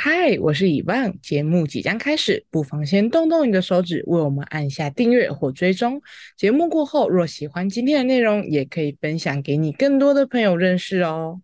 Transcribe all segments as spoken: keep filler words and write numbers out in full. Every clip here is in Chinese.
嗨，我是以望，节目即将开始，不妨先动动你的手指，为我们按下订阅或追踪。节目过后，若喜欢今天的内容，也可以分享给你更多的朋友认识哦。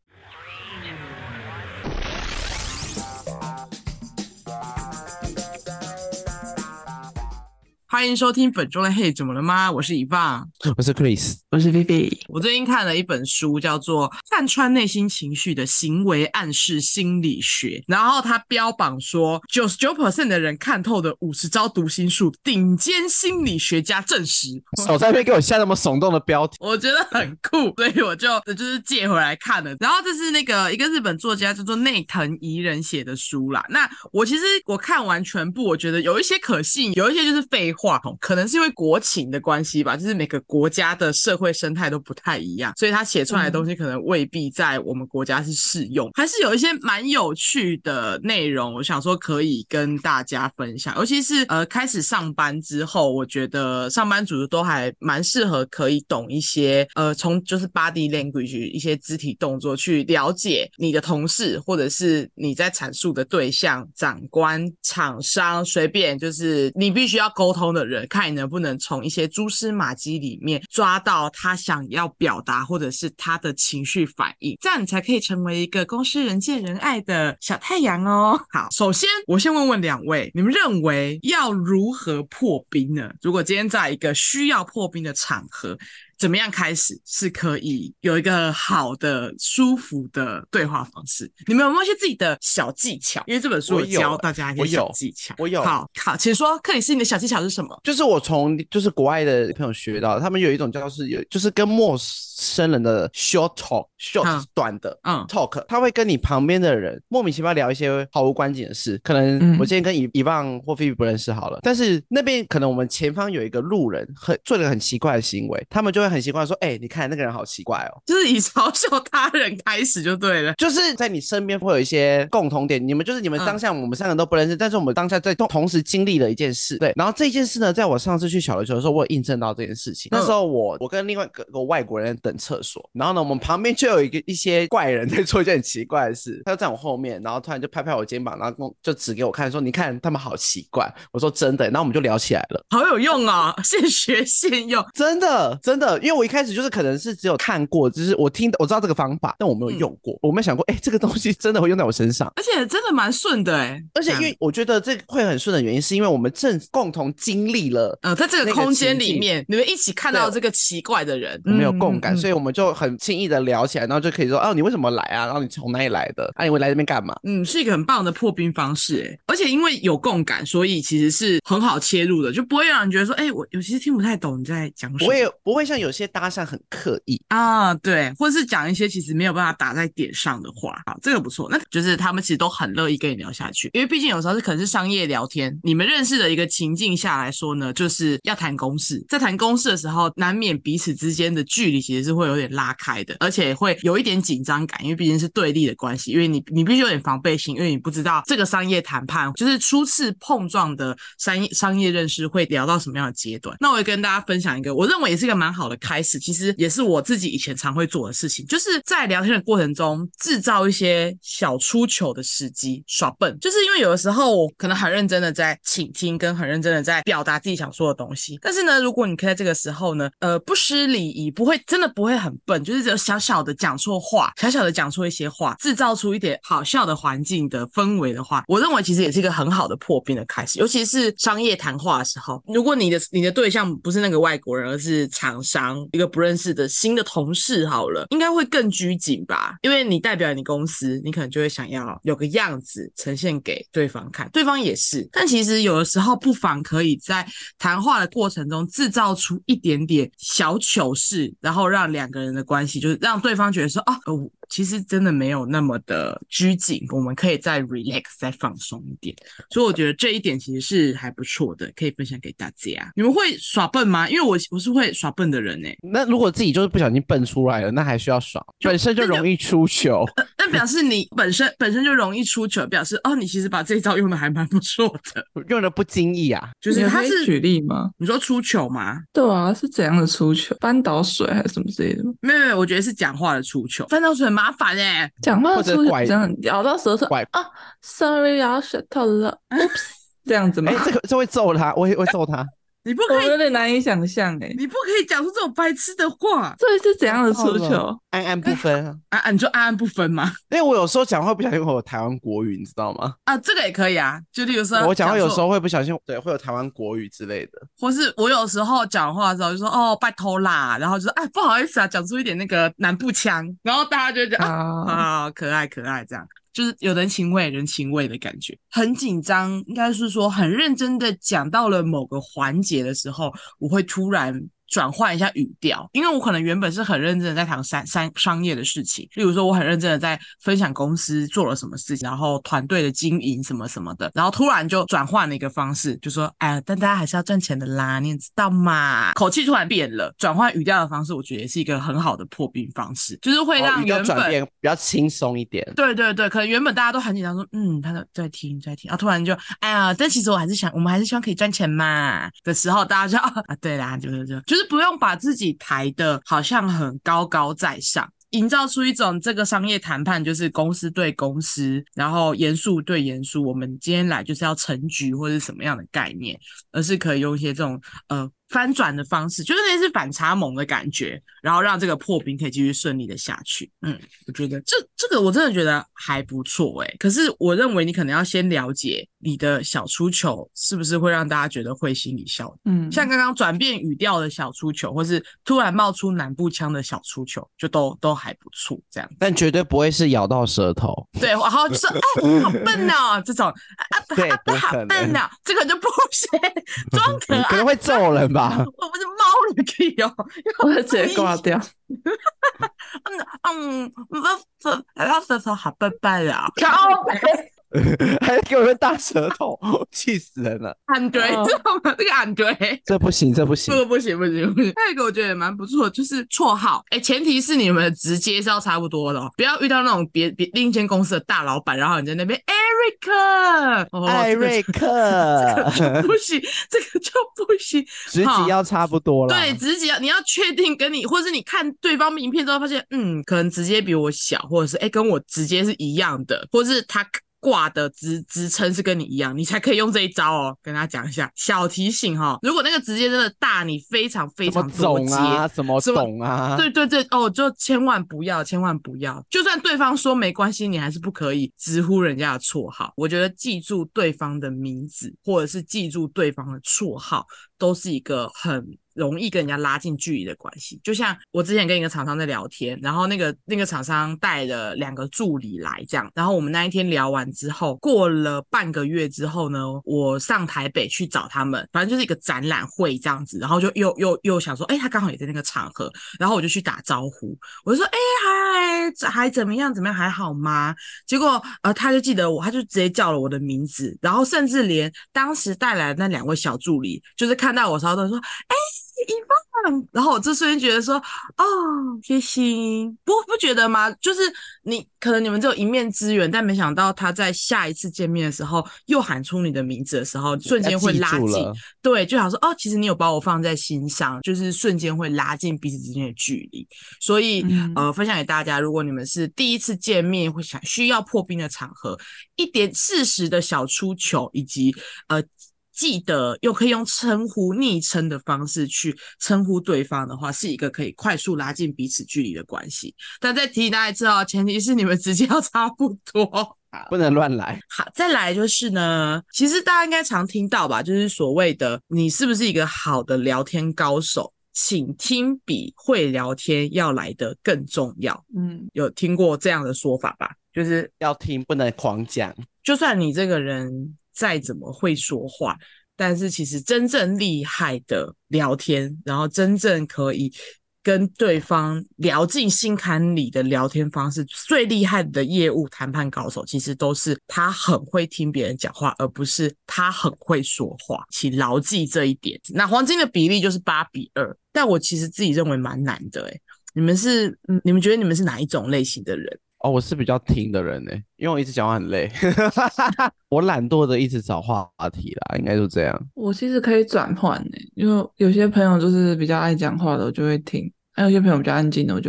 欢迎收听本周的嘿怎么了吗？我是以望， 我是 Chris， 我是 Vivi。 我最近看了一本书，叫做《看穿内心情绪的行为暗示心理学》，然后它标榜说 百分之九十九 的人看透的五十招读心术，顶尖心理学家证实。 少在那边给我下那么耸动的标题， 我觉得很酷，所以我就就是借回来看了。然后这是那个一个日本作家叫做内藤宜人写的书啦。那我其实我看完全部，我觉得有一些可信，有一些就是废话，可能是因为国情的关系吧，就是每个国家的社会生态都不太一样，所以他写出来的东西可能未必在我们国家是适用，还是有一些蛮有趣的内容，我想说可以跟大家分享。尤其是呃开始上班之后，我觉得上班族都还蛮适合可以懂一些呃从就是 body language 一些肢体动作去了解你的同事，或者是你在阐述的对象、长官、厂商，随便就是你必须要沟通的人，看你能不能从一些蛛丝马迹里面抓到他想要表达或者是他的情绪反应，这样你才可以成为一个公司人见人爱的小太阳哦。好，首先我先问问两位，你们认为要如何破冰呢？如果今天在一个需要破冰的场合，怎么样开始是可以有一个好的舒服的对话方式？你们有没有一些自己的小技巧？因为这本书有教大家一些小技巧。 我有，我有。 好好，请说，克里斯，你的小技巧是什么？ 就是我从就是国外的朋友学到，他们有一种叫是有就是跟陌生人的 short talk，short、嗯、短的、嗯、talk， 他会跟你旁边的人莫名其妙聊一些毫无关紧的事。可能我今天跟以以望或菲比不认识好了，但是那边可能我们前方有一个路人很做了一个很奇怪的行为，他们就会很习惯说，哎、欸，你看那个人好奇怪哦， 就是以嘲笑他人开始就对了， 就是在你身边会有一些共同点，你们就是你们当下我们三个都不认识，嗯、但是我们当下在同时经历了一件事，对，然后这件事呢，在我上次去小琉球的时候，我有印证到这件事情。嗯、那时候我我跟另外一个外国人等厕所，然后呢，我们旁边就有一个一些怪人在做一件很奇怪的事，他就在我后面，然后突然就拍拍我肩膀，然后就指给我看说，你看他们好奇怪。我说真的，然后我们就聊起来了， 好有用啊、哦，现学现用， 真的真的，因为我一开始就是可能是只有看过，就是我听我知道这个方法，但我没有用过，嗯、我没有想过，哎，这个东西真的会用在我身上， 而且真的蛮顺的哎。 而且因为我觉得这会很顺的原因，是因为我们正共同经历了， 呃，在这个空间里面，你们一起看到这个奇怪的人， 我们有共感，嗯嗯嗯，所以我们就很轻易的聊起来，然后就可以说，哦，你为什么来啊？然后你从哪里来的？啊，你会来这边干嘛？ 嗯，是一个很棒的破冰方式哎，而且因为有共感，所以其实是很好切入的，就不会让人觉得说，哎，我有些听不太懂你在讲什么， 不会不会像有些搭讪很刻意啊，对，或是讲一些其实没有办法打在点上的话，好，这个不错。那就是他们其实都很乐意跟你聊下去，因为毕竟有时候是可能是商业聊天，你们认识的一个情境下来说呢，就是要谈公事，在谈公事的时候，难免彼此之间的距离其实是会有点拉开的，而且会有一点紧张感，因为毕竟是对立的关系，因为你你必须有点防备心，因为你不知道这个商业谈判就是初次碰撞的商业商业认识会聊到什么样的阶段。那我也跟大家分享一个我认为也是一个蛮好的开始，其实也是我自己以前常会做的事情，就是在聊天的过程中制造一些小出糗的时机，耍笨。就是因为有的时候我可能很认真的在倾听跟很认真的在表达自己想说的东西，但是呢如果你可以在这个时候呢呃不失礼仪，不会真的不会很笨，就是只有小小的讲错话，小小的讲错一些话，制造出一点好笑的环境的氛围的话，我认为其实也是一个很好的破冰的开始。尤其是商业谈话的时候，如果你的你的对象不是那个外国人，而是厂商一个不认识的新的同事好了，应该会更拘谨吧，因为你代表你公司，你可能就会想要有个样子呈现给对方看，对方也是。但其实有的时候不妨可以在谈话的过程中制造出一点点小糗事，然后让两个人的关系就是让对方觉得说哦、呃其实真的没有那么的拘谨，我们可以再 relax 再放松一点，所以我觉得这一点其实是还不错的，可以分享给大家。你们会耍笨吗？因为我我是会耍笨的人耶。 那如果自己就是不小心笨出来了，那还需要耍？本身就容易出糗， 那、呃、那表示你本身本身就容易出糗，表示哦你其实把这一招用的还蛮不错的， 用的不经意啊。 就是他是举例吗？ 你说出糗吗？ 对啊，是怎样的出糗？翻倒水还是什么之类的吗？ 没有没有，我觉得是讲话的出糗。翻倒水蛮麻烦哎、欸。 讲话出拐这样咬到舌头啊 ，sorry 咬到舌头了，oops， 这样子吗？ 哎、欸，这个这会揍他，我也会揍他。 你不可以， 我有点难以想象哎， 你不可以讲出这种白痴的话。 这是怎样的出糗？ 安安不分啊啊，你就安安不分吗？ 因为我有时候讲话不小心会有台湾国语，你知道吗？ 啊，这个也可以啊，就例如说我讲话有时候会不小心，对，会有台湾国语之类的， 或是我有时候讲话的时候就说哦拜托啦，然后就说哎不好意思啊，讲出一点那个南部腔，然后大家就觉得啊啊可爱可爱这样。就是有人情味人情味的感觉，很紧张，应该是说很认真的讲到了某个环节的时候，我会突然转换一下语调，因为我可能原本是很认真的在谈商商商业的事情，例如说我很认真的在分享公司做了什么事情，然后团队的经营什么什么的，然后突然就转换了一个方式，就说哎，但大家还是要赚钱的啦，你也知道嘛，口气突然变了，转换语调的方式，我觉得也是一个很好的破冰方式，就是会让原本、哦、语调转变比较轻松一点。 对对对，可能原本大家都很紧张，说嗯，他在听在听，然后突然就哎呀，但其实我还是想，我们还是希望可以赚钱嘛的时候，大家就啊，对啦，就就就就是不用把自己抬的好像很高高在上。营造出一种这个商业谈判就是公司对公司，然后严肃对严肃，我们今天来就是要成局或者是什么样的概念，而是可以用一些这种呃翻转的方式，就是类似反差萌的感觉，然后让这个破冰可以继续顺利的下去。嗯，我觉得这这个我真的觉得还不错诶。可是我认为你可能要先了解你的小出糗是不是会让大家觉得会心里笑。嗯，像刚刚转变语调的小出糗，或是突然冒出南部腔的小出糗，就都都还不错这样子。 但绝对不会是咬到舌头。 对，然后就说哎好笨哦这种啊对，不好笨哦，这个就不行，装可爱可能会揍人吧。 我不是猫了可以哦， 我会直接挂掉。 嗯嗯，那舌头好笨笨啊， 靠北。 还给我们大舌头，气死人了！ 俺对，知道吗？这个俺对， 这不行，这不行， 这个不行，不行，不行。还有一个我觉得也蛮不错，就是绰号。哎，前提是你们直接是要差不多的哦，不要遇到那种别别另一间公司的大老板，然后你在那边 Eric， 哦， 艾瑞克， 这个就不行，这个就不行， 职级要差不多啦。 对，职级要你要确定跟你，或是你看对方名片之后发现，嗯，可能直接比我小，或者是哎跟我直接是一样的，或是他挂的职职称是跟你一样，你才可以用这一招哦。跟大家讲一下，小提醒哈、哦，如果那个职业真的大你非常非常多阶， 什么懂啊， 对对对，哦，就千万不要，千万不要，就算对方说没关系，你还是不可以直呼人家的绰号。我觉得记住对方的名字，或者是记住对方的绰号，都是一个很容易跟人家拉近距离的关系。就像我之前跟一个厂商在聊天，然后那个那个厂商带了两个助理来这样，然后我们那一天聊完之后，过了半个月之后呢，我上台北去找他们，反正就是一个展览会这样子，然后就又又又想说，哎、欸，他刚好也在那个场合，然后我就去打招呼，我就说，哎、欸，嗨，还怎么样怎么样，还好吗？结果呃，他就记得我，他就直接叫了我的名字，然后甚至连当时带来的那两位小助理，就是看到我的时候都说，哎、欸，一棒，然后我这瞬间觉得说，哦，贴心，不不觉得吗？就是你可能你们只有一面之缘，但没想到他在下一次见面的时候又喊出你的名字的时候，瞬间会拉近，对，就想说哦，其实你有把我放在心上，就是瞬间会拉近彼此之间的距离。所以、嗯、呃，分享给大家，如果你们是第一次见面，会想需要破冰的场合，一点适时的小出糗，以及呃。记得又可以用称呼昵称的方式去称呼对方的话，是一个可以快速拉近彼此距离的关系。但再提醒大家一次哦，前提是你们直接要差不多， 不能乱来。 好，再来就是呢，其实大家应该常听到吧，就是所谓的你是不是一个好的聊天高手，请听比会聊天要来得更重要。嗯，有听过这样的说法吧？就是要听，不能狂讲。 就算你这个人再怎么会说话，但是其实真正厉害的聊天，然后真正可以跟对方聊进心坎里的聊天方式，最厉害的业务谈判高手，其实都是他很会听别人讲话，而不是他很会说话，请牢记这一点。那黄金的比例就是八比二，但我其实自己认为蛮难的诶。你们是你们觉得你们是哪一种类型的人？ 哦，我是比较听的人呢，因为我一直讲话很累，我懒惰的一直找话题啦，应该就这样。 我其实可以转换呢，因为有些朋友就是比较爱讲话的，我就会听；还有些朋友比较安静的，我就会讲。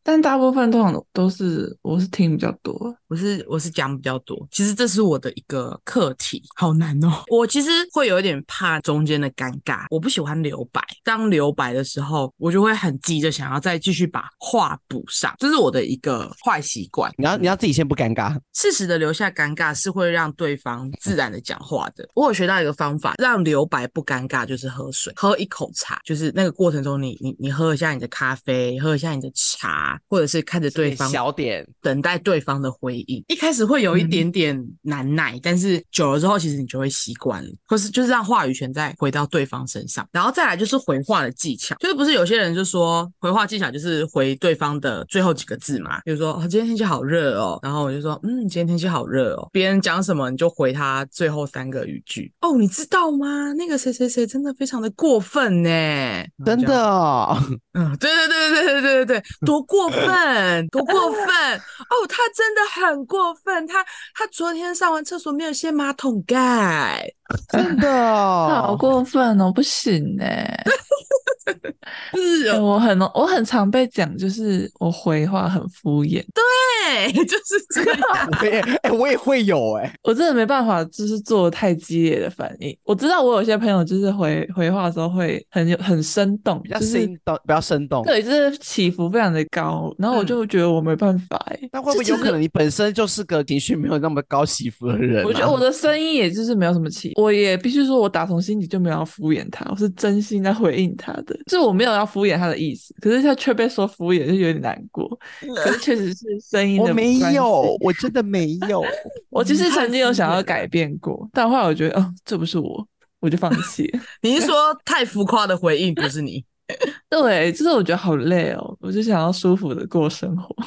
但大部分通常都是我是听比较多。 我是我是讲比较多，其实这是我的一个课题，好难哦。我其实会有一点怕中间的尴尬，我不喜欢留白。当留白的时候，我就会很急着想要再继续把话补上，这是我的一个坏习惯。 你要你要自己先不尴尬， 适时的留下尴尬是会让对方自然的讲话的。我有学到一个方法，让留白不尴尬，就是喝水，喝一口茶，就是那个过程中你你你喝一下你的咖啡，喝一下你的茶，或者是看着对方小点， 等待对方的回应。一开始会有一点点难耐，嗯、但是久了之后，其实你就会习惯了，或是就是让话语权再回到对方身上。然后再来就是回话的技巧，就是不是有些人就说回话技巧就是回对方的最后几个字嘛，比如说、哦、今天天气好热哦，然后我就说嗯，今天天气好热哦。别人讲什么你就回他最后三个语句。哦，你知道吗？那个谁谁谁真的非常的过分呢， 真的哦。 嗯，对对对对对对对对，多过分，多过分哦！他真的很过分，他他昨天上完厕所没有掀马桶盖， 真的哦， 好过分哦，不行哎。 是、 欸、我很我很常被讲，就是我回话很敷衍。 对，就是这样。 我也哎、欸，我也会有哎、欸， 我真的没办法，就是做太激烈的反应。我知道我有些朋友就是回回话的时候会很有很生动， 比较生动，比较生动， 对，就是起伏非常的高，然后我就觉得我没办法哎、欸。 那、嗯、会不会有可能你本身就是个情绪没有那么高起伏的人、啊？ 我觉得我的声音也就是没有什么起，我也必须说，我打从心底就没有要敷衍他，我是真心在回应他的，就是我没有要敷衍他的意思，可是他却被说敷衍，就有点难过。可是确实是声音的关系， 我没有，我真的没有。 我其实曾经有想要改变过，但后来我觉得，哦，这不是我，我就放弃了。 你是说太浮夸的回应不是你？ 对，就是我觉得好累哦，我就想要舒服的过生活。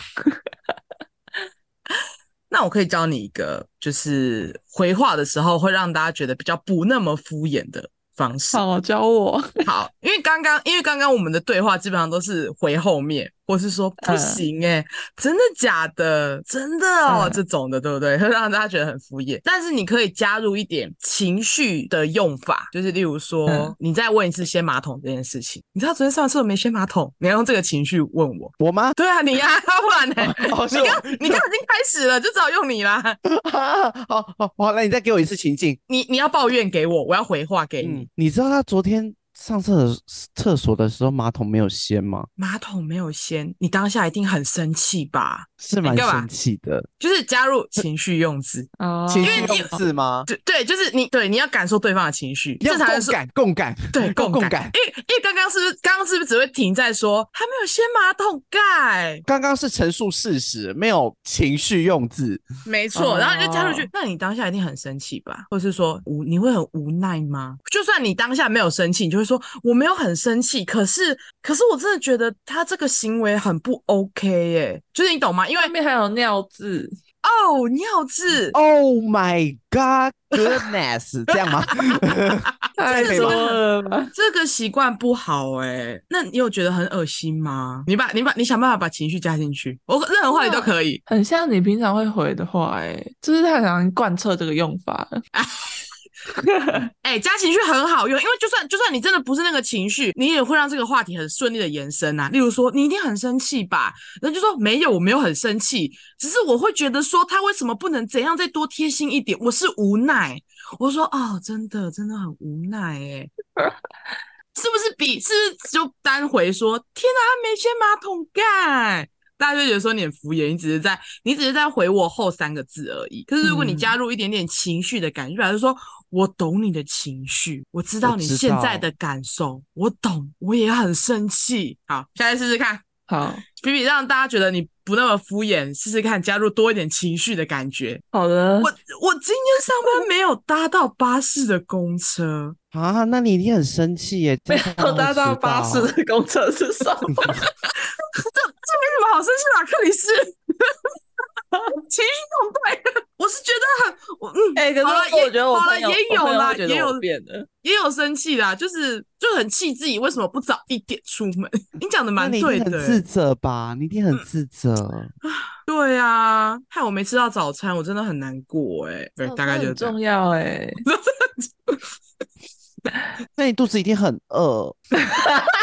那我可以教你一个，就是回话的时候会让大家觉得比较不那么敷衍的方式。 好，教我。 好，因为刚刚因为刚刚我们的对话基本上都是回后面，或是说不行欸、嗯、真的假的，真的哦、嗯、这种的，对不对？会让大家觉得很敷衍。但是你可以加入一点情绪的用法，就是例如说、嗯、你再问一次掀马桶这件事情，你知道昨天上厕所没掀马桶，你要用这个情绪问我。 我吗？ 对啊，你啊，不然呢、欸哦、你刚你刚已经开始了，就只好用你啦。 好好好，来你再给我一次情境， 你你要抱怨给我，我要回话给你、 嗯、你知道他昨天上厕厕所的时候马桶没有掀吗？ 马桶没有掀，你当下一定很生气吧？ 是蛮生气的， 就是加入情绪用字哦， 情绪用字吗？ 对对，就是你对你要感受对方的情绪， 要共感共感， 对共共感。 因为因为刚刚是不是刚刚是不是只会停在说他没有掀马桶盖？ 刚刚是陈述事实，没有情绪用字， 没错。哦、然后你就加入去，那你当下一定很生气吧？或者是说无你会很无奈吗？就算你当下没有生气，你就会说我没有很生气，可是可是我真的觉得他这个行为很不 OK 耶，就是你懂吗？因为后面还有尿字哦，尿字 ，Oh my God goodness， 这样吗？ 太多了吧？ 这个习惯不好哎、欸，那你有觉得很恶心吗？你把你把你想办法把情绪加进去，我任何话你都可以， 很像你平常会回的话哎、欸，就是太常贯彻这个用法了。 哎、欸，加情绪很好用，因为就算就算你真的不是那个情绪，你也会让这个话题很顺利的延伸啊。例如说，你一定很生气吧？然后就说没有，我没有很生气，只是我会觉得说他为什么不能怎样再多贴心一点？我是无奈。我说哦，真的真的很无奈哎、欸，是不是比是不是就单回说天哪，他没掀马桶盖？大家就觉得说你很敷衍，你只是在你只是在回我后三个字而已。可是如果你加入一点点情绪的感觉，比如说我懂你的情绪，我知道你现在的感受，我, 我懂，我也很生气。好，现在试试看。 好， 比比让大家觉得你不那么敷衍，试试看加入多一点情绪的感觉。 好的， 我我今天上班没有搭到巴士的公车啊，那你一定很生气耶！ 没有搭到巴士的公车是什么？ 这这没什么好生气的，克里斯。情绪动对，我是觉得很，我嗯， 哎、欸，可是我觉得我朋友也有啦，也有变的， 也有生气啦，就是就很气自己为什么不早一点出门。你讲的蛮对的、欸， 你一定很自责吧？你一定很自责。 嗯、对啊，害我没吃到早餐，我真的很难过哎、欸。对，大概就很重要哎、欸。 那你肚子一定很饿。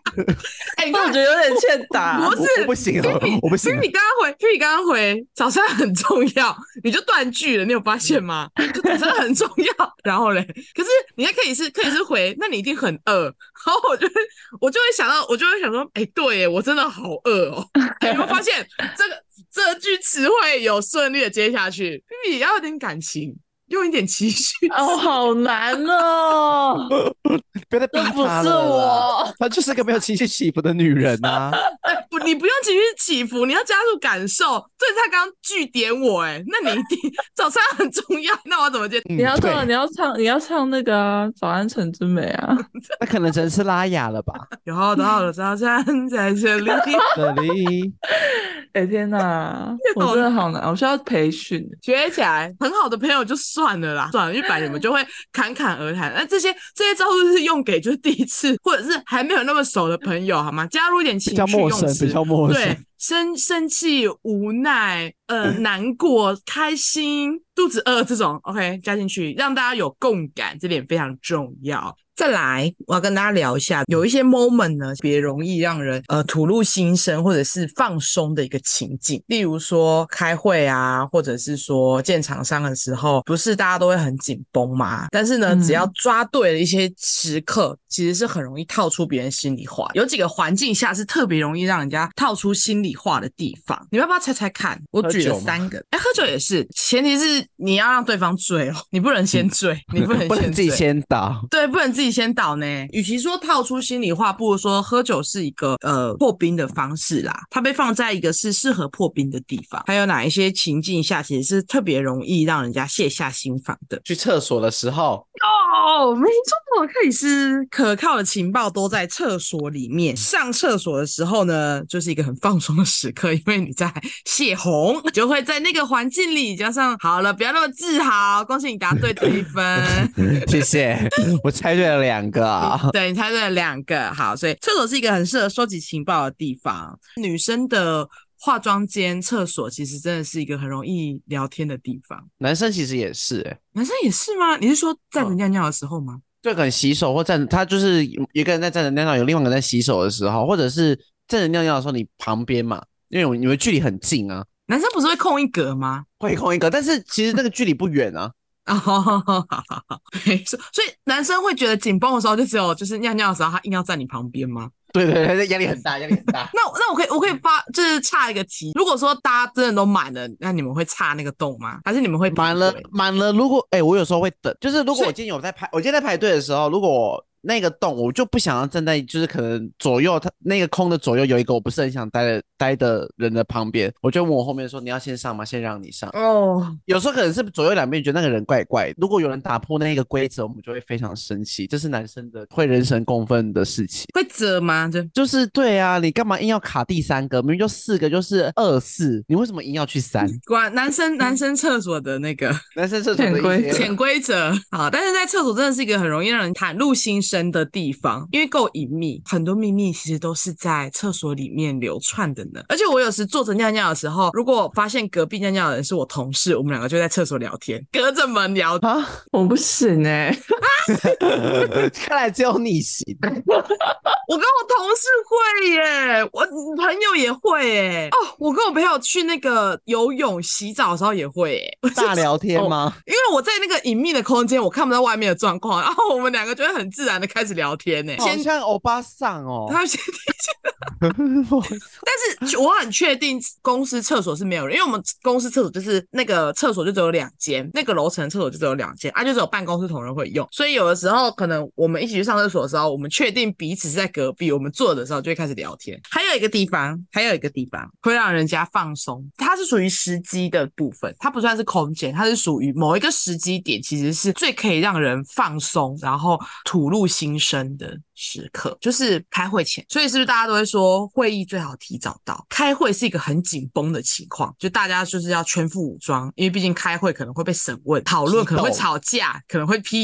哎、你我看觉得有点欠打。 不是我我不行哦，我不行所以。你刚刚回，所以你刚刚回早餐很重要，你就断句了，你有发现吗？就早餐很重要，然后嘞，可是你还可以是可以是回，那你一定很饿，然后我就会我就会想到，我就会想说，哎、欸，对耶，我真的好饿哦。欸、你有没有发现这个这句词汇有顺利的接下去？屁屁也要有点感情。用一点情绪哦，好难哦！ 不要再逼他了， 这不是我， 她就是个没有情绪起伏的女人啊！ 哎、欸，不，你不用情绪起伏，你要加入感受。所以他刚刚句点我、欸，哎，那你一定早餐很重要，那我要怎么接？ 你要唱，你要唱，你要唱那个啊，早安陈之美啊。 那可能真是拉雅了吧？ 有好多好的早餐在这里， 这里。 哎、欸、天哪，我真的好难，我需要培训， 学起来。很好的朋友就算了啦，算了，因为本来你们就会侃侃而谈。那这些这些招数是用给就是第一次或者是还没有那么熟的朋友，好吗？加入一点情绪用词， 比较陌生， 对，生生气、无奈、呃难过、开心、肚子饿这种 ，OK 加进去，让大家有共感，这点非常重要。再来，我要跟大家聊一下，有一些 moment 呢，别容易让人呃吐露心声或者是放松的一个情境，例如说开会啊，或者是说见厂商的时候，不是大家都会很紧绷嘛？但是呢，嗯、只要抓对了一些时刻，其实是很容易套出别人心里话。有几个环境下是特别容易让人家套出心里话的地方，你们要不要猜猜看？我举了三个，哎，喝酒也是，前提是你要让对方醉哦，你不能先醉，嗯、你不能先醉， 不能自己先倒， 对，不能自己先倒呢。与其说套出心里话，不如说喝酒是一个呃破冰的方式啦。它被放在一个是适合破冰的地方。还有哪一些情境下其实是特别容易让人家卸下心防的？ 去厕所的时候。 哦，没错，克里斯可靠的情报都在厕所里面。上厕所的时候呢，就是一个很放松的时刻，因为你在泄洪，就会在那个环境里。加上好了，不要那么自豪，恭喜你答对这一分， 谢谢，我猜对了两个啊。 对，你猜对了两个，好，所以厕所是一个很适合收集情报的地方。女生的化妆间、厕所其实真的是一个很容易聊天的地方。 男生其实也是、欸， 男生也是吗？你是说站着尿尿的时候吗？ 就可能洗手或站，他就是一个人在站着尿尿，有另外一个人在洗手的时候，或者是站着尿尿的时候，你旁边嘛，因为你们距离很近啊。 男生不是会空一格吗？ 会空一格，但是其实那个距离不远啊。 哦，好好好，所以男生会觉得紧绷的时候，就只有就是尿尿的时候，他硬要在你旁边吗？ 对对对，压力很大，压力很大。 那那我可以我可以发就是岔一个题，如果说大家真的都满了，那你们会岔那个洞吗？还是你们会满了满了？如果哎、欸，我有时候会等，就是如果我今天有在排，我今天在排队的时候，如果我那个洞我就不想要站在就是可能左右它那个空的左右有一个我不是很想待的待的人的旁边，我就问我后面说你要先上吗？先让你上哦。有时候可能是左右两边觉得那个人怪怪，如果有人打破那个规则，我们就会非常生气，这是男生的会人神共愤的事情。 会折吗？就就是对啊，你干嘛硬要卡第三个？明明就四个就是二四，你为什么硬要去三？ 果然男生男生厕所的那个男生厕所的一些潜规则好，但是在厕所真的是一个很容易让人袒露心声的地方，因为够隐秘，很多秘密其实都是在厕所里面流窜的呢。而且我有时坐着尿尿的时候，如果发现隔壁尿尿的人是我同事，我们两个就在厕所聊天，隔着门聊啊， 我不行哎、欸， 看来只有你行。 我跟我同事会耶，我朋友也会耶。哦，我跟我朋友去那个游泳、洗澡的时候也会耶。 大聊天吗？ 因为我在那个隐秘的空间，我看不到外面的状况，然后我们两个就会很自然的开始聊天呢。 好像欧巴桑哦。 他先但是我很确定公司厕所是没有人，因为我们公司厕所就是那个厕所就只有两间，那个楼层的厕所就只有两间啊，就只有办公室同仁会用，所以有的时候可能我们一起去上厕所的时候，我们确定彼此是在隔壁，我们坐的时候就会开始聊天。还有一个地方，还有一个地方会让人家放松，它是属于时机的部分，它不算是空间，它是属于某一个时机点，其实是最可以让人放松，然后吐露心声的时刻，就是开会前。所以是不是大家都会说会议最好提早到？开会是一个很紧绷的情况，就大家就是要全副武装，因为毕竟开会可能会被审问，讨论可能会吵架，可能会批斗，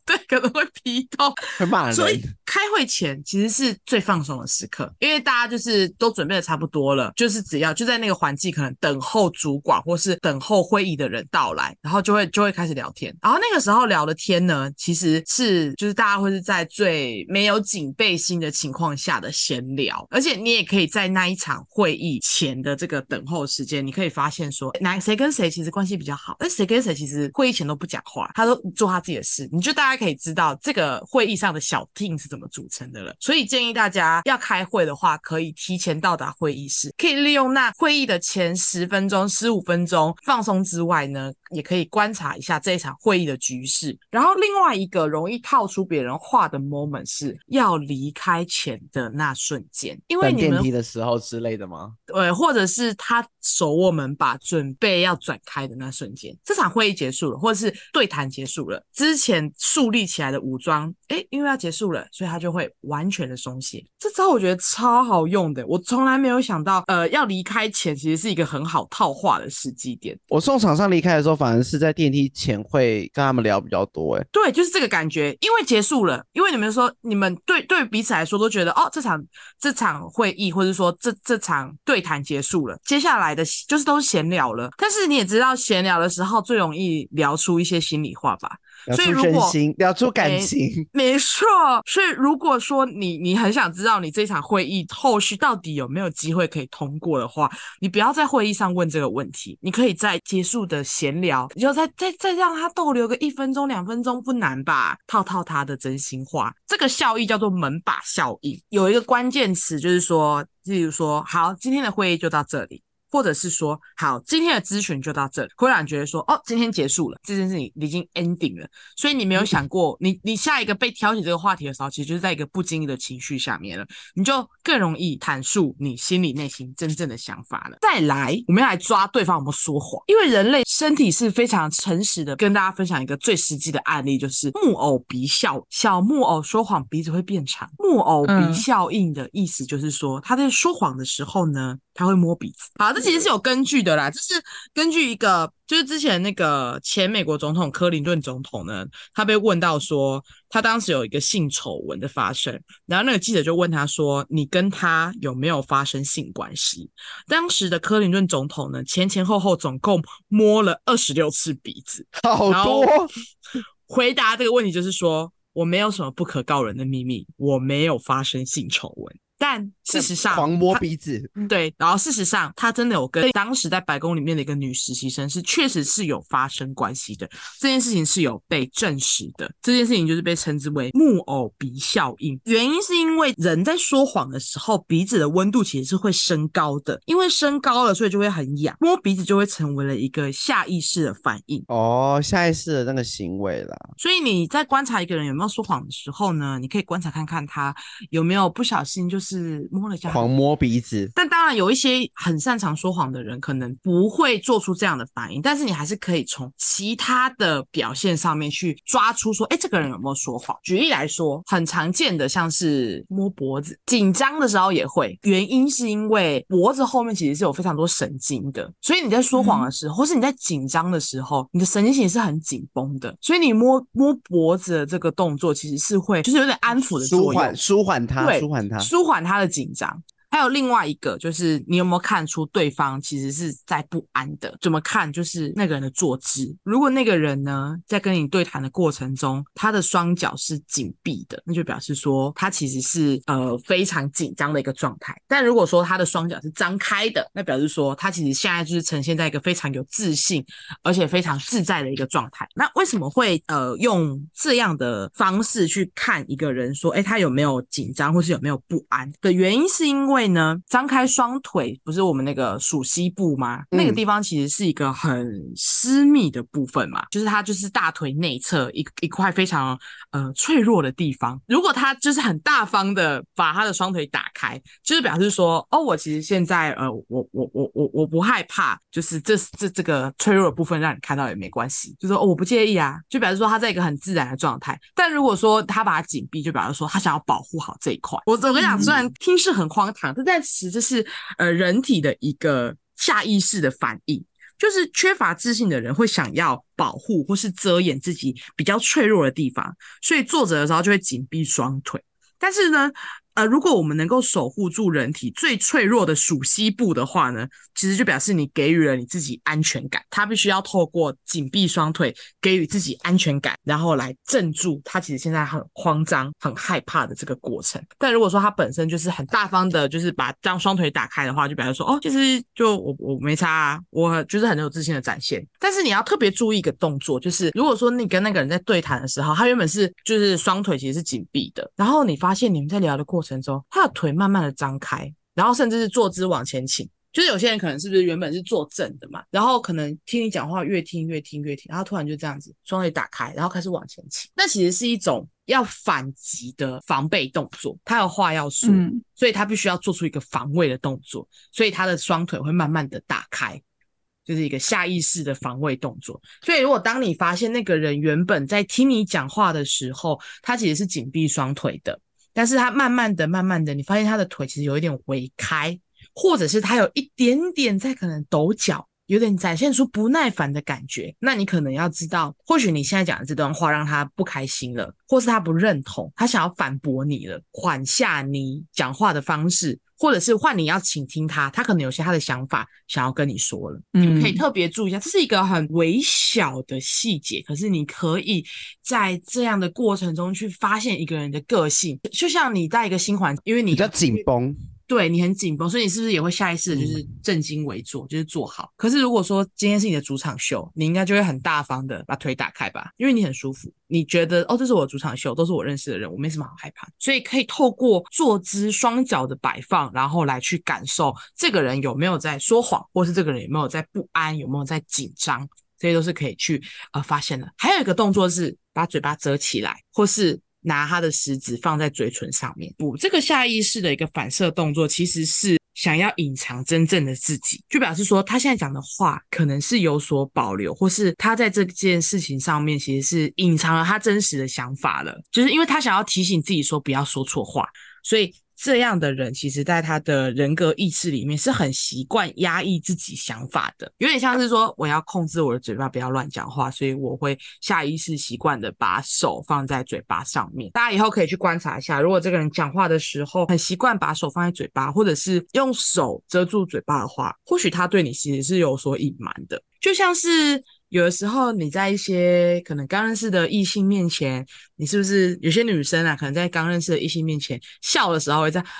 对，可能会批斗， 会骂人。 所以开会前其实是最放松的时刻，因为大家就是都准备的差不多了，就是只要就在那个环境可能等候主管或是等候会议的人到来，然后就会就会开始聊天。然后那个时候聊的天呢，其实是就是大家会是在最没有警备心的情况下的闲聊，而且你也可以在那一场会议前的这个等候时间，你可以发现说哪谁跟谁其实关系比较好，而谁跟谁其实会议前都不讲话，他都做他自己的事，你就大家可以知道这个会议上的小 team 是怎么组成的了。所以建议大家要开会的话，可以提前到达会议室，可以利用那会议的前十分钟、十五分钟放松之外呢，也可以观察一下这一场会议的局势。然后另外一个容易套出别人话的 moment 是要离开前的那瞬间，因为你们等电梯的时候之类的吗？ 对，或者是他手握门把准备要转开的那瞬间，这场会议结束了，或者是对谈结束了，之前树立起来的武装，诶，因为要结束了，所以他就会完全的松懈。这招我觉得超好用的，我从来没有想到，呃，要离开前其实是一个很好套话的时机点。 我送厂商离开的时候，反而是在电梯前会跟他们聊比较多。诶， 对，就是这个感觉，因为结束了，因为你们说你们对对彼此来说都觉得，哦，这场这场会议或者说这这场对谈结束了，接下来的就是都是闲聊了。但是你也知道，闲聊的时候最容易聊出一些心里话吧。 聊出真心，聊出感情， 没, 没错。所以如果说你你很想知道你这场会议后续到底有没有机会可以通过的话，你不要在会议上问这个问题，你可以在结束的闲聊，你就再再再让他逗留个一分钟两分钟不难吧，套套他的真心话。这个效益叫做门把效应，有一个关键词就是说，例如说，好，今天的会议就到这里。或者是说，好，今天的咨询就到这里，会让你觉得说，哦，今天结束了，这件事情已经 ending 了，所以你没有想过，你你下一个被挑起这个话题的时候，其实就是在一个不经意的情绪下面了，你就更容易阐述你心里内心真正的想法了。再来，我们要来抓对方有没有说谎，因为人类身体是非常诚实的。跟大家分享一个最实际的案例，就是木偶鼻效，小木偶说谎鼻子会变长。木偶鼻效应的意思就是说，他在说谎的时候呢，他会摸鼻子。好，这其实是有根据的啦，这是根据一个就是之前那个前美国总统柯林顿总统呢，他被问到说他当时有一个性丑闻的发生，然后那个记者就问他说，你跟他有没有发生性关系？当时的柯林顿总统呢，前前后后总共摸了二十六次鼻子， 好多。 回答这个问题就是说，我没有什么不可告人的秘密，我没有发生性丑闻。但事实上狂摸鼻子， 对，然后事实上他真的有跟当时在白宫里面的一个女实习生是确实是有发生关系的，这件事情是有被证实的。这件事情就是被称之为木偶鼻效应，原因是因为人在说谎的时候，鼻子的温度其实是会升高的，因为升高了所以就会很痒，摸鼻子就会成为了一个下意识的反应。 哦，下意识的那个行为啦。 所以你在观察一个人有没有说谎的时候呢，你可以观察看看他有没有不小心就是是摸了一下狂摸鼻子。 但当然有一些很擅长说谎的人可能不会做出这样的反应，但是你还是可以从其他的表现上面去抓出说，诶，这个人有没有说谎。举例来说，很常见的像是摸脖子，紧张的时候也会，原因是因为脖子后面其实是有非常多神经的，所以你在说谎的时候、嗯、或是你在紧张的时候，你的神经其实是很紧绷的，所以你摸摸脖子的这个动作其实是会就是有点安抚的作用， 舒缓舒缓它， 对， 舒缓它， 舒缓他的紧张。还有另外一个就是你有没有看出对方其实是在不安的，怎么看就是那个人的坐姿，如果那个人呢在跟你对谈的过程中他的双脚是紧闭的，那就表示说他其实是呃非常紧张的一个状态。但如果说他的双脚是张开的，那表示说他其实现在就是呈现在一个非常有自信而且非常自在的一个状态。那为什么会呃用这样的方式去看一个人说诶他有没有紧张或是有没有不安的原因，是因为呢张开双腿不是我们那个属膝部吗、嗯、那个地方其实是一个很私密的部分嘛，就是它就是大腿内侧一一块非常呃脆弱的地方。如果他就是很大方的把他的双腿打开，就是表示说哦我其实现在呃我我我我我不害怕，就是这这这个脆弱的部分让你看到也没关系，就说哦我不介意啊，就表示说他在一个很自然的状态。但如果说他把它紧闭，就表示说他想要保护好这一块。我我跟你讲，虽然听是很荒唐，但其实这是呃人体的一个下意识的反应。 就是缺乏自信的人会想要保护或是遮掩自己比较脆弱的地方，所以坐着的时候就会紧闭双腿。但是呢呃，如果我们能够守护住人体最脆弱的属膝部的话呢，其实就表示你给予了你自己安全感。他必须要透过紧闭双腿给予自己安全感，然后来镇住他其实现在很慌张很害怕的这个过程。但如果说他本身就是很大方的，就是把将双腿打开的话，就表示说哦，其实就我我没差啊，我就是很有自信的展现。但是你要特别注意一个动作，就是如果说你跟那个人在对谈的时候，他原本是就是双腿其实是紧闭的，然后你发现你们在聊的过程中他的腿慢慢的张开，然后甚至是坐姿往前倾。就是有些人可能是不是原本是坐正的嘛，然后可能听你讲话越听越听越听，然后突然就这样子双腿打开，然后开始往前倾，那其实是一种要反击的防备动作。他有话要说、嗯、所以他必须要做出一个防卫的动作，所以他的双腿会慢慢的打开，就是一个下意识的防卫动作。所以如果当你发现那个人原本在听你讲话的时候他其实是紧闭双腿的，但是他慢慢的慢慢的你发现他的腿其实有一点微开，或者是他有一点点在可能抖脚，有点展现出不耐烦的感觉，那你可能要知道，或许你现在讲的这段话让他不开心了，或是他不认同，他想要反驳你了，缓下你讲话的方式，或者是换你要倾听他，他可能有些他的想法想要跟你说了、嗯、你们可以特别注意一下，这是一个很微小的细节，可是你可以在这样的过程中去发现一个人的个性。就像你在一个新环境，因为你比较紧绷， 对，你很紧绷，所以你是不是也会下意识的就是正襟危坐、嗯、就是坐好。可是如果说今天是你的主场秀，你应该就会很大方的把腿打开吧，因为你很舒服，你觉得哦这是我的主场秀，都是我认识的人，我没什么好害怕，所以可以透过坐姿双脚的摆放，然后来去感受这个人有没有在说谎，或是这个人有没有在不安，有没有在紧张，这些都是可以去呃发现的。还有一个动作是把嘴巴遮起来，或是拿他的食指放在嘴唇上面。不，这个下意识的一个反射动作其实是想要隐藏真正的自己，就表示说他现在讲的话可能是有所保留，或是他在这件事情上面其实是隐藏了他真实的想法了，就是因为他想要提醒自己说不要说错话，所以这样的人其实在他的人格意识里面是很习惯压抑自己想法的，有点像是说我要控制我的嘴巴不要乱讲话，所以我会下意识习惯的把手放在嘴巴上面。大家以后可以去观察一下，如果这个人讲话的时候很习惯把手放在嘴巴，或者是用手遮住嘴巴的话，或许他对你其实是有所隐瞒的。就像是有的时候你在一些可能刚认识的异性面前，你是不是有些女生啊可能在刚认识的异性面前笑的时候会在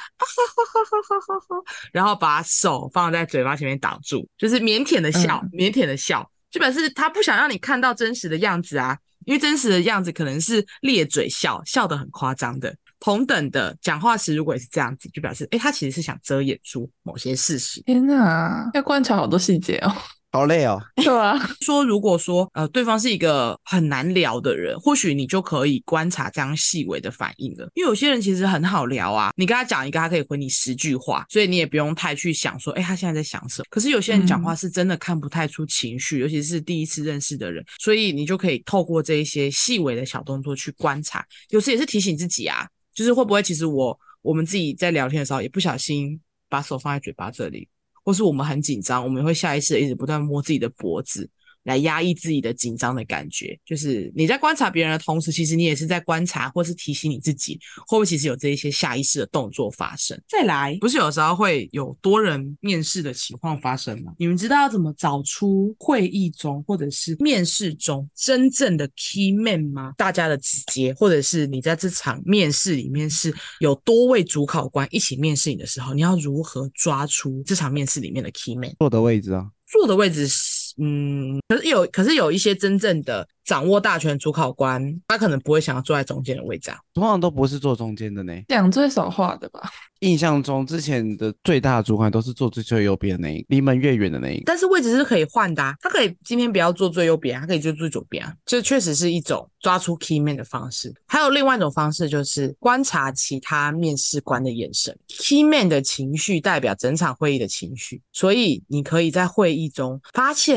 然后把手放在嘴巴前面挡住，就是腼腆的笑、嗯、腼腆的笑，就表示他不想让你看到真实的样子啊，因为真实的样子可能是咧嘴笑，笑得很夸张的。同等的讲话时如果也是这样子，就表示诶他其实是想遮掩住某些事实。 天哪，要观察好多细节哦， 好累哦。 对啊， 说如果说呃对方是一个很难聊的人，或许你就可以观察这样细微的反应了。因为有些人其实很好聊啊，你跟他讲一个他可以回你十句话，所以你也不用太去想说诶他现在在想什么。可是有些人讲话是真的看不太出情绪、嗯、尤其是第一次认识的人，所以你就可以透过这一些细微的小动作去观察，有时也是提醒自己啊，就是会不会其实我我们自己在聊天的时候也不小心把手放在嘴巴这里，或是我们很紧张，我们会下意识的一直不断摸自己的脖子来压抑自己的紧张的感觉。就是你在观察别人的同时，其实你也是在观察或是提醒你自己会不会其实有这一些下意识的动作发生。再来，不是有时候会有多人面试的情况发生吗？你们知道要怎么找出会议中或者是面试中真正的 key man 吗？大家的直接，或者是你在这场面试里面是有多位主考官一起面试你的时候，你要如何抓出这场面试里面的 key man？ 坐的位置啊， 坐的位置是嗯，可是有可是有一些真正的掌握大权主考官，他可能不会想要坐在中间的位置啊， 通常都不是坐中间的呢， 讲最少话的吧。 印象中之前的最大的主管都是坐最最右边的那一个，离门越远的那一个。 但是位置是可以换的啊，他可以今天不要坐最右边，他可以坐最左边啊，这确实是一种抓出 key man 的方式。还有另外一种方式就是观察其他面试官的眼神， key man 的情绪代表整场会议的情绪，所以你可以在会议中发现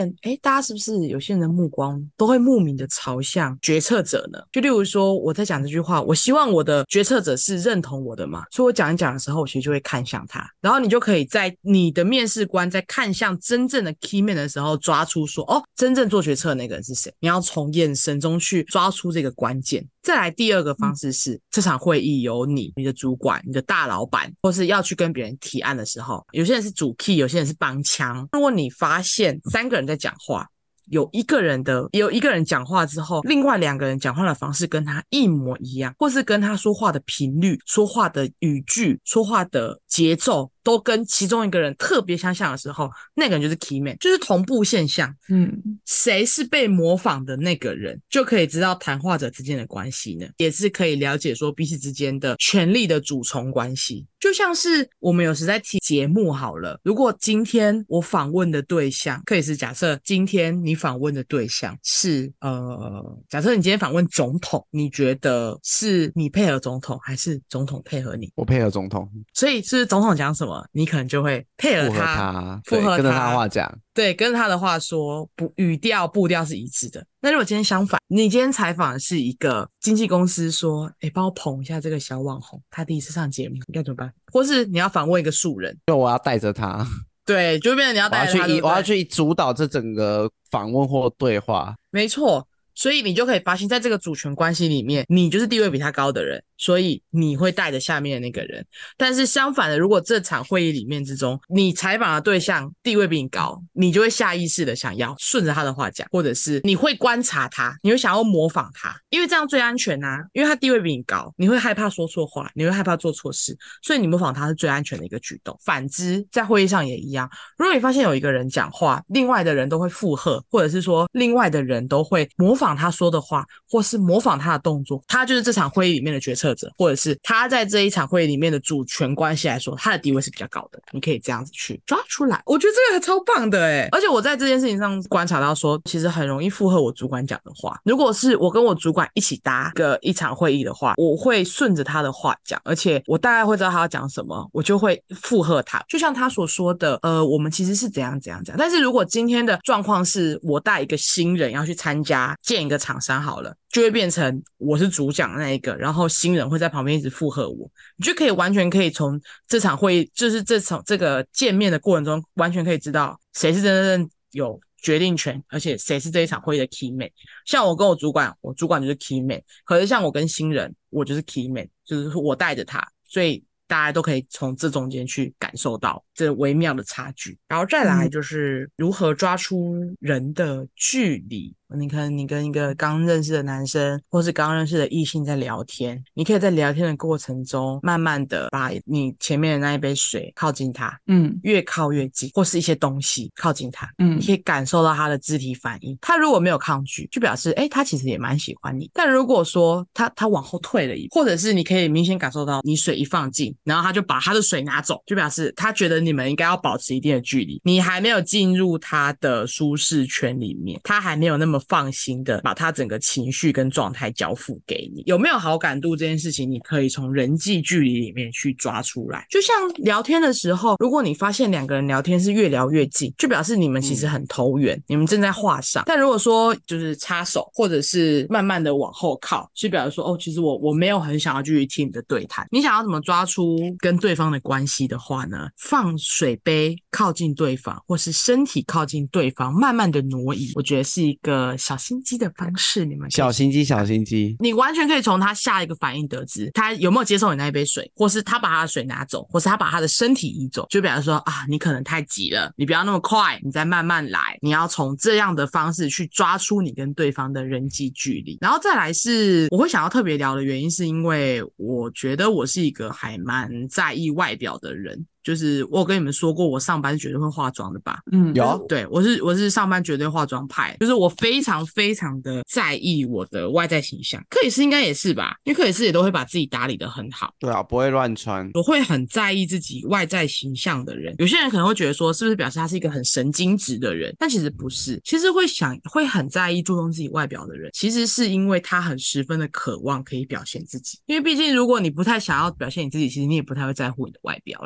现，诶，大家是不是有些人的目光都会莫名的朝向决策者呢？就例如说，我在讲这句话，我希望我的决策者是认同我的嘛，所以我讲一讲的时候，我其实就会看向他，然后你就可以在你的面试官在看向真正的 key man 的时候，抓出说，哦，真正做决策的那个人是谁？你要从眼神中去抓出这个关键。再来第二个方式是，这场会议由你、你的主管、你的大老板，或是要去跟别人提案的时候，有些人是主 key， 有些人是帮腔。如果你发现三个人在讲话，有一个人的有一个人讲话之后，另外两个人讲话的方式跟他一模一样，或是跟他说话的频率、说话的语句、说话的节奏都跟其中一个人特别相像的时候，那个人就是 key man， 就是同步现象。嗯，谁是被模仿的那个人，就可以知道谈话者之间的关系呢，也是可以了解说彼此之间的权力的主从关系。就像是我们有时在听节目好了，如果今天我访问的对象，可以是假设今天你访问的对象是呃，假设你今天访问总统，你觉得是你配合总统还是总统配合你？ 我配合总统， 所以是总统讲什么，你可能就会配合他， 附和他，跟着他的话讲， 对，跟着他的话说，不，语调步调是一致的。那如果今天相反，你今天采访的是一个经纪公司，说，诶，帮我捧一下这个小网红，他第一次上节目，你该怎么办？或是你要访问一个素人， 就我要带着他， 对，就变成你要带着他， 我要去，我要去主导这整个访问或对话， 没错。所以你就可以发现，在这个主权关系里面，你就是地位比他高的人，所以你会带着下面的那个人。但是相反的，如果这场会议里面之中，你采访的对象地位比你高，你就会下意识的想要顺着他的话讲，或者是你会观察他，你会想要模仿他，因为这样最安全啊，因为他地位比你高，你会害怕说错话，你会害怕做错事，所以你模仿他是最安全的一个举动。反之，在会议上也一样，如果你发现有一个人讲话，另外的人都会附和，或者是说另外的人都会模仿模仿他说的话，或是模仿他的动作，他就是这场会议里面的决策者，或者是他在这一场会议里面的主权关系来说，他的地位是比较高的，你可以这样子去抓出来。我觉得这个超棒的耶，而且我在这件事情上观察到说，其实很容易附和我主管讲的话。如果是我跟我主管一起搭个一场会议的话，我会顺着他的话讲，而且我大概会知道他要讲什么，我就会附和他。就像他所说的，呃，我们其实是怎样怎样怎样。但是如果今天的状况是我带一个新人要去参加见一个厂商好了，就会变成我是主讲的那一个，然后新人会在旁边一直附和我，你就可以完全可以从这场会议，就是这场这个见面的过程中，完全可以知道谁是真正有决定权，而且谁是这一场会议的 key man。像我跟我主管，我主管就是 key man， 可是像我跟新人，我就是 key man， 就是我带着他，所以大家都可以从这中间去感受到这微妙的差距。然后再来就是如何抓出人的距离。你看你跟一个刚认识的男生或是刚认识的异性在聊天，你可以在聊天的过程中慢慢的把你前面的那一杯水靠近他，嗯，越靠越近，或是一些东西靠近他，嗯，你可以感受到他的肢体反应。他如果没有抗拒，就表示诶他其实也蛮喜欢你。但如果说他他往后退了一步，或者是你可以明显感受到你水一放进，然后他就把他的水拿走，就表示他觉得你们应该要保持一定的距离，你还没有进入他的舒适圈里面，他还没有那么放心的把他整个情绪跟状态交付给你。有没有好感度这件事情，你可以从人际距离里面去抓出来。就像聊天的时候，如果你发现两个人聊天是越聊越近，就表示你们其实很投缘，嗯，你们正在话上。但如果说就是插手，或者是慢慢的往后靠，就表示说哦，其实我我没有很想要继续听你的对谈。你想要怎么抓出跟对方的关系的话呢，放水杯靠近对方，或是身体靠近对方，慢慢的挪移，我觉得是一个小心机的方式。你们小心机小心机， 你完全可以从他下一个反应得知他有没有接受你那一杯水，或是他把他的水拿走，或是他把他的身体移走，就表示说啊，你可能太急了，你不要那么快，你再慢慢来。你要从这样的方式去抓出你跟对方的人际距离。然后再来是我会想要特别聊的原因，是因为我觉得我是一个还蛮在意外表的人。就是我有跟你们说过，我上班是绝对会化妆的吧？嗯，有。对，我是我是上班绝对化妆派，就是我非常非常的在意我的外在形象。克里斯应该也是吧？因为克里斯也都会把自己打理得很好。 对啊，不会乱穿。 我会很在意自己外在形象的人，有些人可能会觉得说，是不是表示他是一个很神经质的人？但其实不是，其实会想会很在意注重自己外表的人，其实是因为他很十分的渴望可以表现自己。因为毕竟如果你不太想要表现你自己，其实你也不太会在乎你的外表啦。你会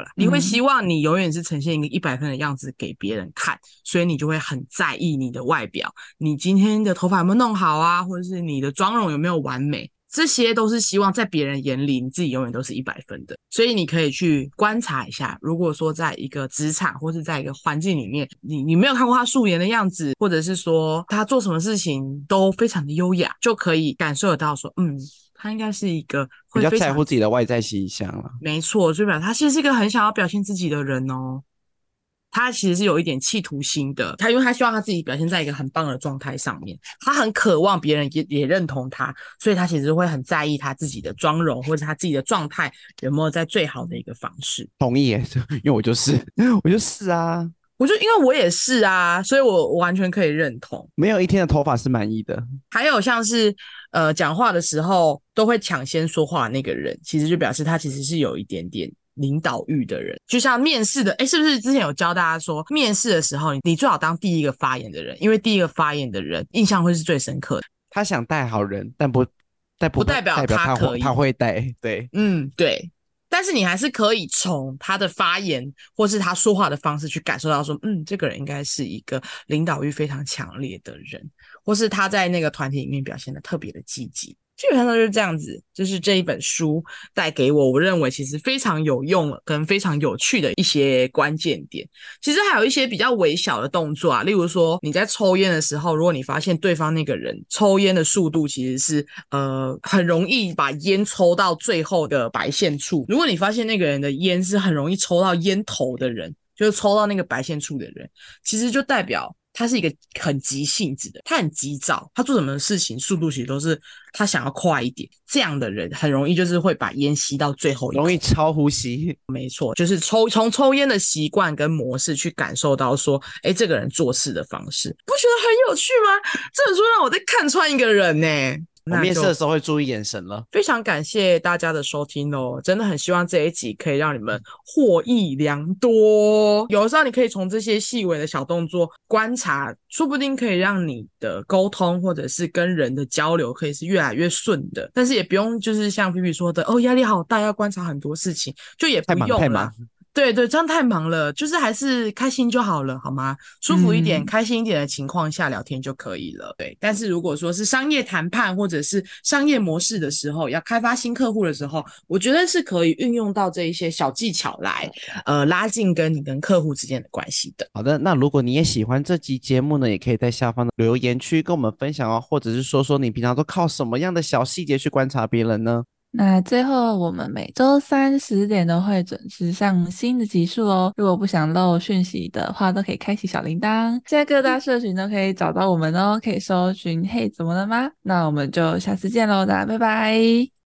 希望你永远是呈现一个一百分的样子给别人看，所以你就会很在意你的外表，你今天的头发有没有弄好啊，或者是你的妆容有没有完美，这些都是希望在别人眼里你自己永远都是一百分的。所以你可以去观察一下，如果说在一个职场或是在一个环境里面，你你没有看过他素颜的样子，或者是说他做什么事情都非常的优雅，就可以感受得到说嗯他应该是一个会比较非常在乎自己的外在形象了。 没错，所以表示他其实是一个很想要表现自己的人哦。他其实是有一点企图心的，他因为他希望他自己表现在一个很棒的状态上面，他很渴望别人也也认同他，所以他其实会很在意他自己的妆容或者他自己的状态有没有在最好的一个方式。 同意耶，因为我就是我就是啊， 我就因为我也是啊，所以我我完全可以认同。 没有一天的头发是满意的。 还有像是呃讲话的时候都会抢先说话的那个人，其实就表示他其实是有一点点领导欲的人。就像面试的，诶，是不是之前有教大家说，面试的时候你最好当第一个发言的人，因为第一个发言的人印象会是最深刻的。 他想带好人，但不但不不代表代表他他可以他会带，对， 嗯，对。但是你还是可以从他的发言或是他说话的方式去感受到说，嗯，这个人应该是一个领导欲非常强烈的人，或是他在那个团体里面表现得特别的积极。基本上都是这样子，就是这一本书带给我我认为其实非常有用跟非常有趣的一些关键点。其实还有一些比较微小的动作啊，例如说你在抽烟的时候，如果你发现对方那个人抽烟的速度其实是呃很容易把烟抽到最后的白线处，如果你发现那个人的烟是很容易抽到烟头的人，就是抽到那个白线处的人，其实就代表他是一个很急性子的，他很急躁，他做什么事情速度其实都是他想要快一点，这样的人很容易就是会把烟吸到最后一口， 容易超呼吸。 没错，就是抽从抽烟的习惯跟模式去感受到说，诶，这个人做事的方式，不觉得很有趣吗？这本书让我在看穿一个人呢。 我面试的时候会注意眼神了。 非常感谢大家的收听哦，真的很希望这一集可以让你们获益良多。有的时候你可以从这些细微的小动作观察，说不定可以让你的沟通或者是跟人的交流可以是越来越顺的。但是也不用就是像皮皮说的，哦，压力好大，要观察很多事情，就也不用了。 太忙太忙。 对对，这样太忙了，就是还是开心就好了，好吗？舒服一点、 嗯、 开心一点的情况下聊天就可以了。对，但是如果说是商业谈判或者是商业模式的时候，要开发新客户的时候，我觉得是可以运用到这一些小技巧来，呃，拉近跟你跟客户之间的关系的。 好的，那如果你也喜欢这集节目呢，也可以在下方的留言区跟我们分享哦，或者是说说你平常都靠什么样的小细节去观察别人呢？ 那最后，我们每周三十点都会准时上新的集数哦。如果不想漏讯息的话，都可以开启小铃铛。现在各大社群都可以找到我们哦，可以搜寻“嘿，怎么了吗”？那我们就下次见喽，大家拜拜。